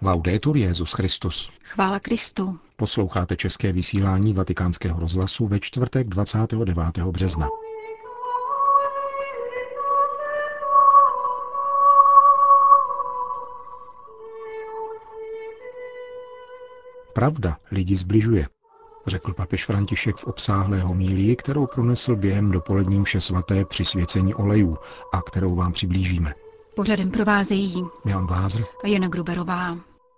Laudetur Jesus Christus. Chvála Kristu. Posloucháte české vysílání Vatikánského rozhlasu ve čtvrtek 29. března. Pravda lidi zbližuje, řekl papež František v obsáhlé homílii, kterou pronesl během dopolední mše svaté při svěcení olejů a kterou vám přiblížíme. Pořadem provázejí Milan Glázer a Jana Gruberová.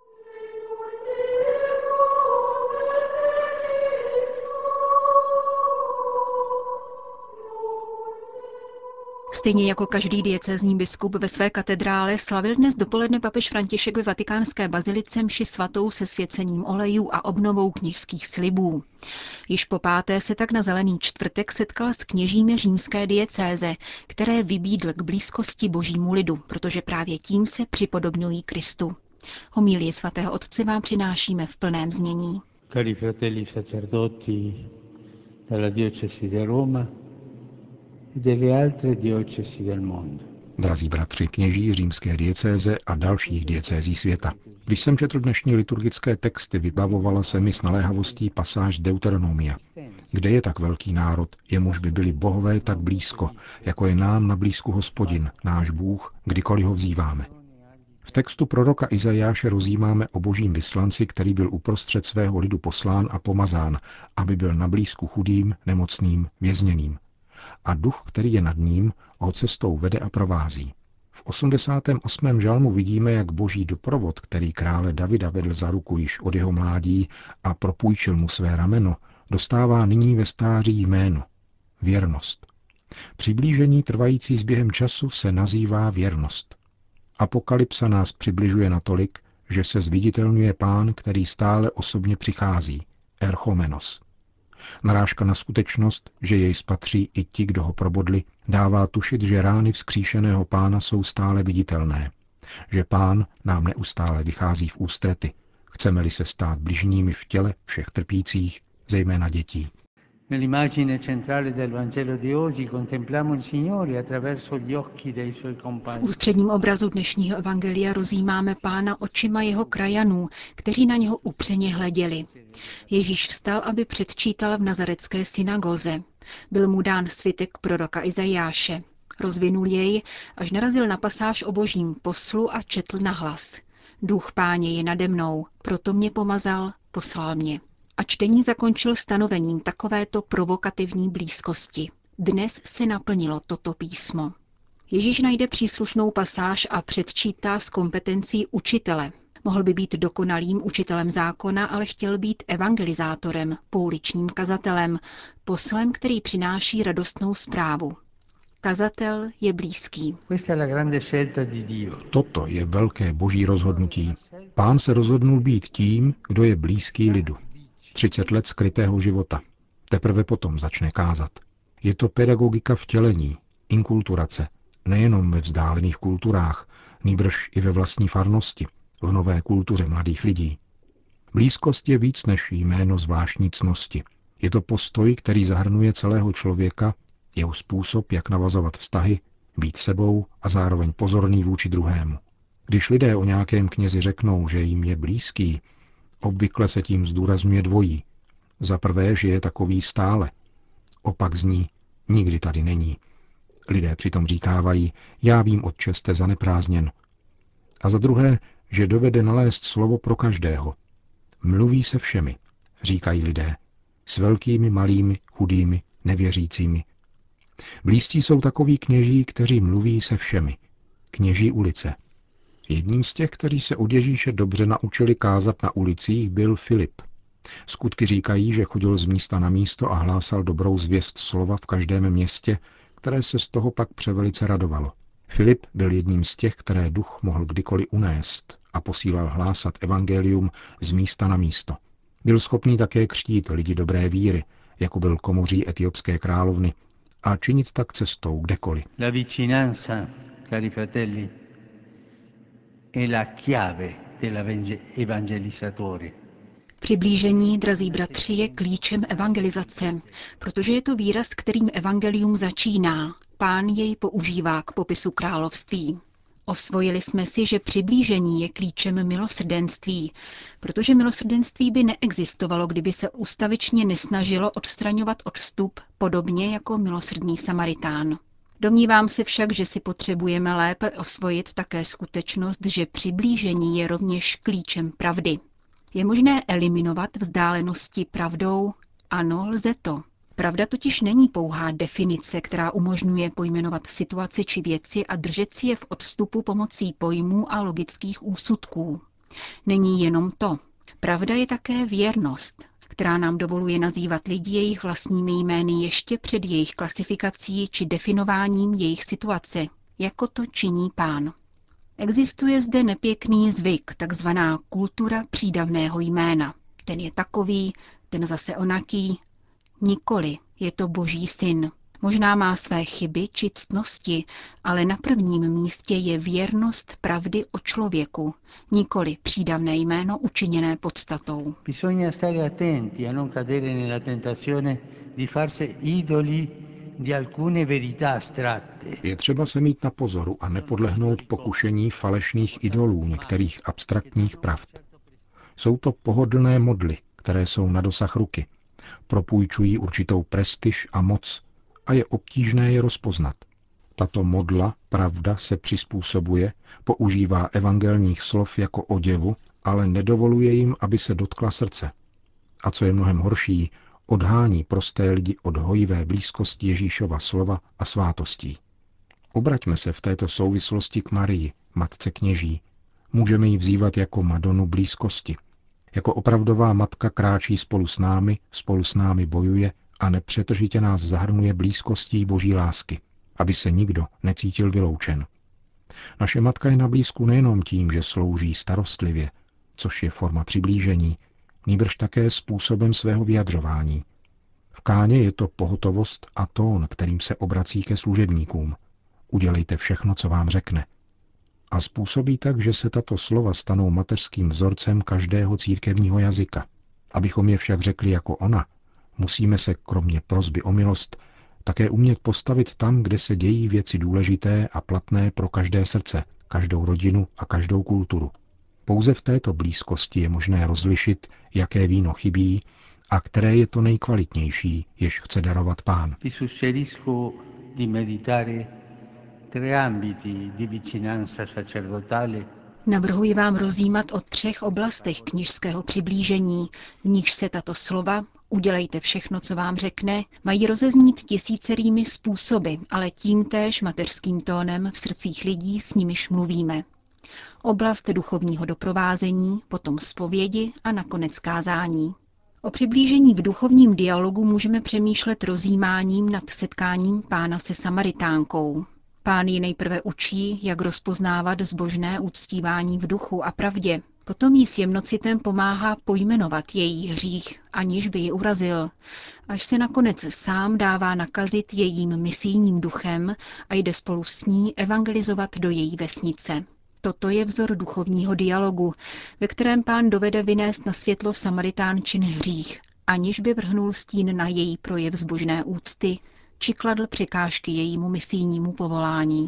Stejně jako každý diecézní biskup ve své katedrále slavil dnes dopoledne papež František ve vatikánské bazilice mši svatou se svěcením olejů a obnovou kněžských slibů. Již po páté se tak na Zelený čtvrtek setkal s kněžími římské diecéze, které vybídl k blízkosti božímu lidu, protože právě tím se připodobňují Kristu. Homílii svatého otce vám přinášíme v plném znění. Cari fratelli sacerdoti della diocesi di Roma e delle altre diocesi del mondo. Drazí bratři, kněží římské diecéze a dalších diecézí světa. Když jsem četl dnešní liturgické texty, vybavovala se mi s naléhavostí pasáž Deuteronomia. Kde je tak velký národ, jemuž by byli bohové tak blízko, jako je nám na blízku Hospodin, náš Bůh, kdykoliv ho vzýváme. V textu proroka Izajáše rozjímáme o božím vyslanci, který byl uprostřed svého lidu poslán a pomazán, aby byl na blízku chudým, nemocným, vězněným. A duch, který je nad ním, ho cestou vede a provází. V 88. žalmu vidíme, jak boží doprovod, který krále Davida vedl za ruku již od jeho mládí a propůjčil mu své rameno, dostává nyní ve stáří jméno – věrnost. Přiblížení trvající s během času se nazývá věrnost. Apokalypsa nás přibližuje natolik, že se zviditelňuje Pán, který stále osobně přichází – Erchomenos. Narážka na skutečnost, že jej spatří i ti, kdo ho probodli, dává tušit, že rány vzkříšeného Pána jsou stále viditelné, že Pán nám neustále vychází v ústrety, chceme-li se stát bližními v těle všech trpících, zejména dětí. Nell'immagine centrale del Vangelo di oggi contempliamo il Signore attraverso gli occhi dei suoi V compagni. ústředním obrazu dnešního evangelia rozjímáme Pána očima jeho krajanů, kteří na něho upřeně hleděli. Ježíš vstal, aby předčítal v nazarecké synagoze. Byl mu dán svitek proroka Izajáše. Rozvinul jej, až narazil na pasáž o božím poslu a četl nahlas. Duch Páně je nade mnou, proto mě pomazal, poslal mě. A čtení zakončil stanovením takovéto provokativní blízkosti. Dnes se naplnilo toto písmo. Ježíš najde příslušnou pasáž a předčítá s kompetencí učitele. Mohl by být dokonalým učitelem zákona, ale chtěl být evangelizátorem, pouličním kazatelem, poslem, který přináší radostnou zprávu. Kazatel je blízký. Questa è la grande scelta di Dio. Toto je velké boží rozhodnutí. Pán se rozhodnul být tím, kdo je blízký lidu. 30 let skrytého života. Teprve potom začne kázat. Je to pedagogika vtělení, inkulturace, nejenom ve vzdálených kulturách, nýbrž i ve vlastní farnosti, v nové kultuře mladých lidí. Blízkost je víc než jméno zvláštní ctnosti. Je to postoj, který zahrnuje celého člověka, jeho způsob, jak navazovat vztahy, být sebou a zároveň pozorný vůči druhému. Když lidé o nějakém knězi řeknou, že jim je blízký, obvykle se tím zdůrazňuje dvojí. Za prvé, že je takový stále. Opak zní, nikdy tady není. Lidé přitom říkávají, já vím, otče, jste zaneprázdněn. A za druhé, že dovede nalézt slovo pro každého. Mluví se všemi, říkají lidé. S velkými, malými, chudými, nevěřícími. Blízcí jsou takoví kněží, kteří mluví se všemi. Kněží ulice. Jedním z těch, kteří se od Ježíše dobře naučili kázat na ulicích, byl Filip. Skutky říkají, že chodil z místa na místo a hlásal dobrou zvěst slova v každém městě, které se z toho pak převelice radovalo. Filip byl jedním z těch, které duch mohl kdykoliv unést a posílal hlásat evangelium z místa na místo. Byl schopný také křtít lidi dobré víry, jako byl komoří etiopské královny, a činit tak cestou kdekoliv. La vicinanza, cari fratelli, è la chiave dell'evangelizzatori. Přiblížení, drazí bratři, je klíčem evangelizace, protože je to výraz, kterým evangelium začíná. Pán jej používá k popisu království. Osvojili jsme si, že přiblížení je klíčem milosrdenství, protože milosrdenství by neexistovalo, kdyby se ustavičně nesnažilo odstraňovat odstup, podobně jako milosrdný Samaritán. Domnívám se však, že si potřebujeme lépe osvojit také skutečnost, že přiblížení je rovněž klíčem pravdy. Je možné eliminovat vzdálenosti pravdou? Ano, lze to. Pravda totiž není pouhá definice, která umožňuje pojmenovat situaci či věci a držet si je v odstupu pomocí pojmů a logických úsudků. Není jenom to. Pravda je také věrnost, která nám dovoluje nazývat lidi jejich vlastními jmény ještě před jejich klasifikací či definováním jejich situace, jako to činí Pán. Existuje zde nepěkný zvyk, takzvaná kultura přídavného jména. Ten je takový, ten zase onaký. Nikoli, je to Boží syn. Možná má své chyby či ctnosti, ale na prvním místě je věrnost pravdy o člověku, nikoli přídavné jméno učiněné podstatou. Bisogna stare attenti a non cadere nella tentazione di farsi idoli di alcune verità astratte. Je třeba se mít na pozoru a nepodlehnout pokušení falešných idolů některých abstraktních pravd. Jsou to pohodlné modly, které jsou na dosah ruky. Propůjčují určitou prestiž a moc a je obtížné je rozpoznat. Tato modla, pravda, se přizpůsobuje, používá evangelních slov jako oděvu, ale nedovoluje jim, aby se dotkla srdce. A co je mnohem horší, odhání prosté lidi od hojivé blízkosti Ježíšova slova a svátostí. Obraťme se v této souvislosti k Marii, matce kněží. Můžeme ji vzývat jako Madonu blízkosti. Jako opravdová matka kráčí spolu s námi bojuje a nepřetržitě nás zahrnuje blízkostí Boží lásky, aby se nikdo necítil vyloučen. Naše matka je na blízku nejenom tím, že slouží starostlivě, což je forma přiblížení, nýbrž také způsobem svého vyjadřování. V Káně je to pohotovost a tón, kterým se obrací ke služebníkům. Udělejte všechno, co vám řekne. A způsobí tak, že se tato slova stanou mateřským vzorcem každého církevního jazyka. Abychom je však řekli jako ona, musíme se kromě prosby o milost také umět postavit tam, kde se dějí věci důležité a platné pro každé srdce, každou rodinu a každou kulturu. Pouze v této blízkosti je možné rozlišit, jaké víno chybí a které je to nejkvalitnější, jež chce darovat Pán. Navrhuji vám rozjímat o 3 oblastech kněžského přiblížení, v nichž se tato slova, udělejte všechno, co vám řekne, mají rozeznít tisícerými způsoby, ale tímtéž mateřským tónem v srdcích lidí, s nimiž mluvíme. Oblast duchovního doprovázení, potom zpovědi a nakonec kázání. O přiblížení v duchovním dialogu můžeme přemýšlet rozjímáním nad setkáním Pána se Samaritánkou. Pán ji nejprve učí, jak rozpoznávat zbožné uctívání v duchu a pravdě. Potom jí s jemnocitem pomáhá pojmenovat její hřích, aniž by ji urazil, až se nakonec sám dává nakazit jejím misijním duchem a jde spolu s ní evangelizovat do její vesnice. Toto je vzor duchovního dialogu, ve kterém Pán dovede vynést na světlo Samaritánčin hřích, aniž by vrhnul stín na její projev zbožné úcty, či kladl překážky jejímu misijnímu povolání.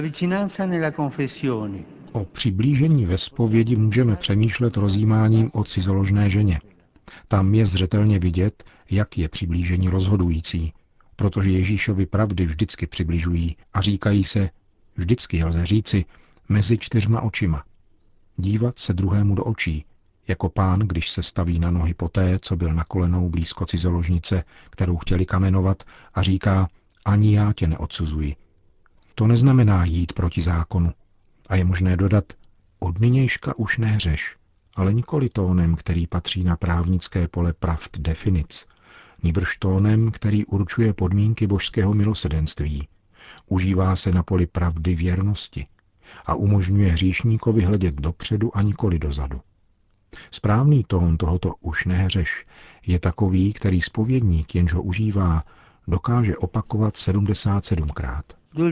O přiblížení ve zpovědi můžeme přemýšlet rozjímáním o cizoložné ženě. Tam je zřetelně vidět, jak je přiblížení rozhodující, protože Ježíšovi pravdy vždycky přibližují a říkají se, vždycky lze říci, mezi 4 očima. Dívat se druhému do očí, jako Pán, když se staví na nohy poté, co byl na kolenou blízko cizoložnice, kterou chtěli kamenovat, a říká, ani já tě neodsuzuji. To neznamená jít proti zákonu. A je možné dodat, od nynějška už nehřeš, ale nikoli tónem, který patří na právnické pole pravd definic, nýbrž tónem, který určuje podmínky božského milosrdenství. Užívá se na poli pravdy věrnosti a umožňuje hříšníkovi hledět dopředu a nikoli dozadu. Správný tón tohoto už nehřeš je takový, který zpovědník, jenž ho užívá, dokáže opakovat 77krát.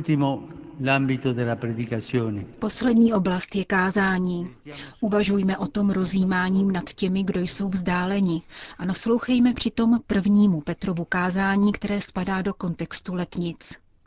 Poslední oblast je kázání. Uvažujme o tom rozjímáním nad těmi, kdo jsou vzdáleni, a naslouchejme přitom prvnímu Petrovu kázání, které spadá do kontextu letnic.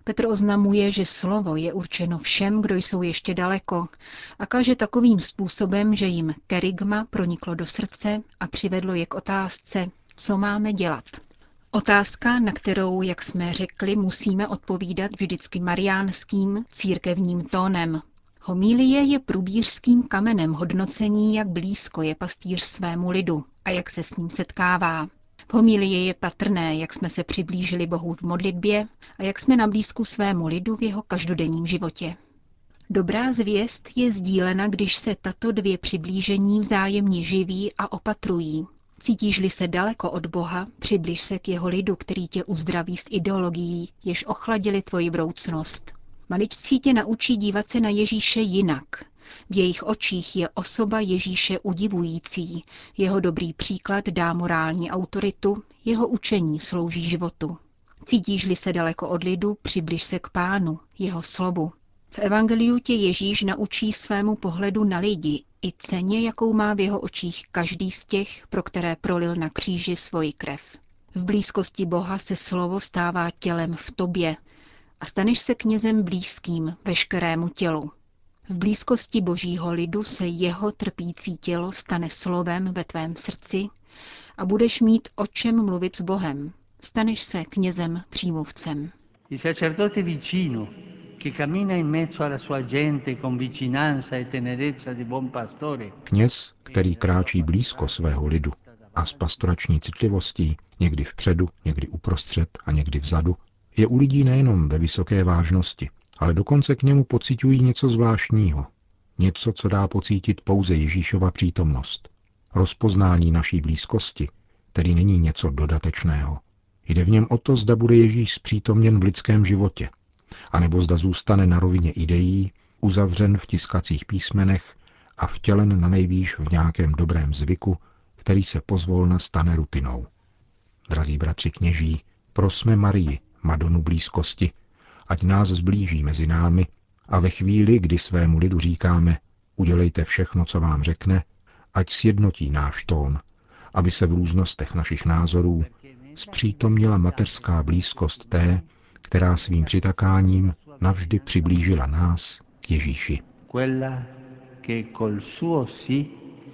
Petr oznamuje, že slovo je určeno všem, kdo jsou ještě daleko, a káže takovým způsobem, že jim kerygma proniklo do srdce a přivedlo je k otázce, co máme dělat. Otázka, na kterou, jak jsme řekli, musíme odpovídat vždycky mariánským církevním tónem. Homilie je průbířským kamenem hodnocení, jak blízko je pastýř svému lidu a jak se s ním setkává. V homilii je patrné, jak jsme se přiblížili Bohu v modlitbě a jak jsme na blízku svému lidu v jeho každodenním životě. Dobrá zvěst je sdílena, když se tato dvě přiblížení vzájemně živí a opatrují. Cítíš-li se daleko od Boha, přibliž se k jeho lidu, který tě uzdraví z ideologií, jež ochladili tvoji vroucnost. Maličcí tě naučí dívat se na Ježíše jinak. V jejich očích je osoba Ježíše udivující, jeho dobrý příklad dá morální autoritu, jeho učení slouží životu. Cítíš-li se daleko od lidu, přibliž se k Pánu, jeho slovu. V evangeliu tě Ježíš naučí svému pohledu na lidi i ceně, jakou má v jeho očích každý z těch, pro které prolil na kříži svoji krev. V blízkosti Boha se slovo stává tělem v tobě a staneš se knězem blízkým veškerému tělu. V blízkosti Božího lidu se jeho trpící tělo stane slovem ve tvém srdci a budeš mít o čem mluvit s Bohem. Staneš se knězem přímluvcem. Il sacerdote vicino, che cammina in mezzo alla sua gente con vicinanza e tenerezza di buon pastore. Kněz, který kráčí blízko svého lidu a s pastorační citlivostí, někdy vpředu, někdy uprostřed a někdy vzadu, je u lidí nejenom ve vysoké vážnosti, ale dokonce k němu pociťují něco zvláštního. Něco, co dá pocítit pouze Ježíšova přítomnost. Rozpoznání naší blízkosti, tedy není něco dodatečného. Jde v něm o to, zda bude Ježíš zpřítomněn v lidském životě, anebo zda zůstane na rovině ideí, uzavřen v tiskacích písmenech a vtělen na nejvýš v nějakém dobrém zvyku, který se pozvolna stane rutinou. Drazí bratři kněží, prosme Marii, Madonu blízkosti, ať nás zblíží mezi námi a ve chvíli, kdy svému lidu říkáme, udělejte všechno, co vám řekne, ať sjednotí náš tón, aby se v různostech našich názorů zpřítomnila mateřská blízkost té, která svým přitakáním navždy přiblížila nás k Ježíši. Quella che col suo sì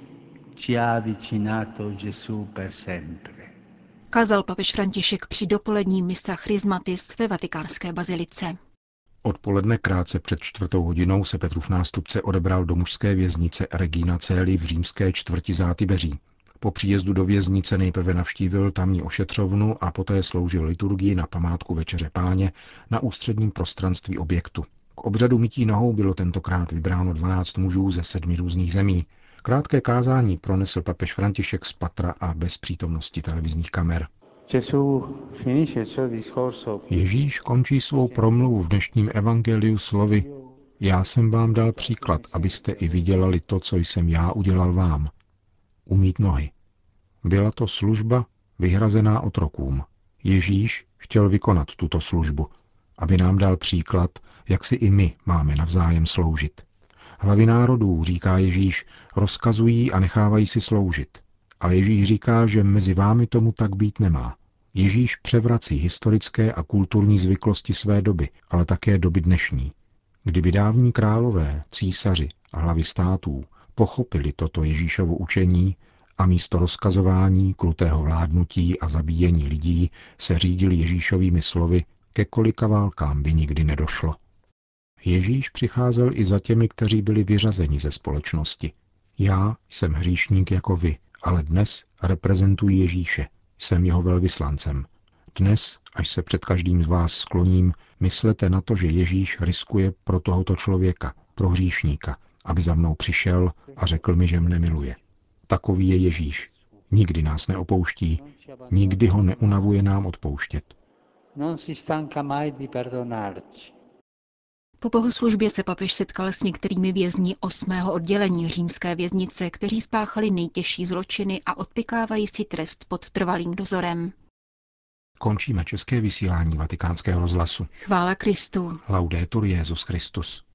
ci ha avvicinato Gesù per sempre. Kázal papež František při dopolední misa Chrismatis ve vatikánské bazilice. Odpoledne krátce před 4:00 se Petrův nástupce odebral do mužské věznice Regina Coeli v římské čtvrti Zátybeří. Po příjezdu do věznice nejprve navštívil tamní ošetřovnu a poté sloužil liturgii na památku Večeře Páně na ústředním prostranství objektu. K obřadu mytí nohou bylo tentokrát vybráno 12 mužů ze 7 různých zemí. Krátké kázání pronesl papež František z patra a bez přítomnosti televizních kamer. Ježíš končí svou promluvu v dnešním evangeliu slovy: Já jsem vám dal příklad, abyste i vy dělali to, co jsem já udělal vám. Umýt nohy. Byla to služba vyhrazená otrokům. Ježíš chtěl vykonat tuto službu, aby nám dal příklad, jak si i my máme navzájem sloužit. Hlavy národů, říká Ježíš, rozkazují a nechávají si sloužit. Ale Ježíš říká, že mezi vámi tomu tak být nemá. Ježíš převrací historické a kulturní zvyklosti své doby, ale také doby dnešní. Kdyby dávní králové, císaři a hlavy států pochopili toto Ježíšovo učení a místo rozkazování, krutého vládnutí a zabíjení lidí se řídili Ježíšovými slovy, ke kolika válkám by nikdy nedošlo. Ježíš přicházel i za těmi, kteří byli vyřazeni ze společnosti. Já jsem hříšník jako vy, ale dnes reprezentuji Ježíše, jsem jeho velvyslancem. Dnes, až se před každým z vás skloním, myslete na to, že Ježíš riskuje pro tohoto člověka, pro hříšníka, aby za mnou přišel a řekl mi, že mne miluje. Takový je Ježíš. Nikdy nás neopouští, nikdy ho neunavuje nám odpouštět. Po bohoslužbě se papež setkal s některými vězni 8. oddělení římské věznice, kteří spáchali nejtěžší zločiny a odpikávají si trest pod trvalým dozorem. Končíme české vysílání Vatikánského rozhlasu. Chvála Kristu. Laudetur Jesus Christus.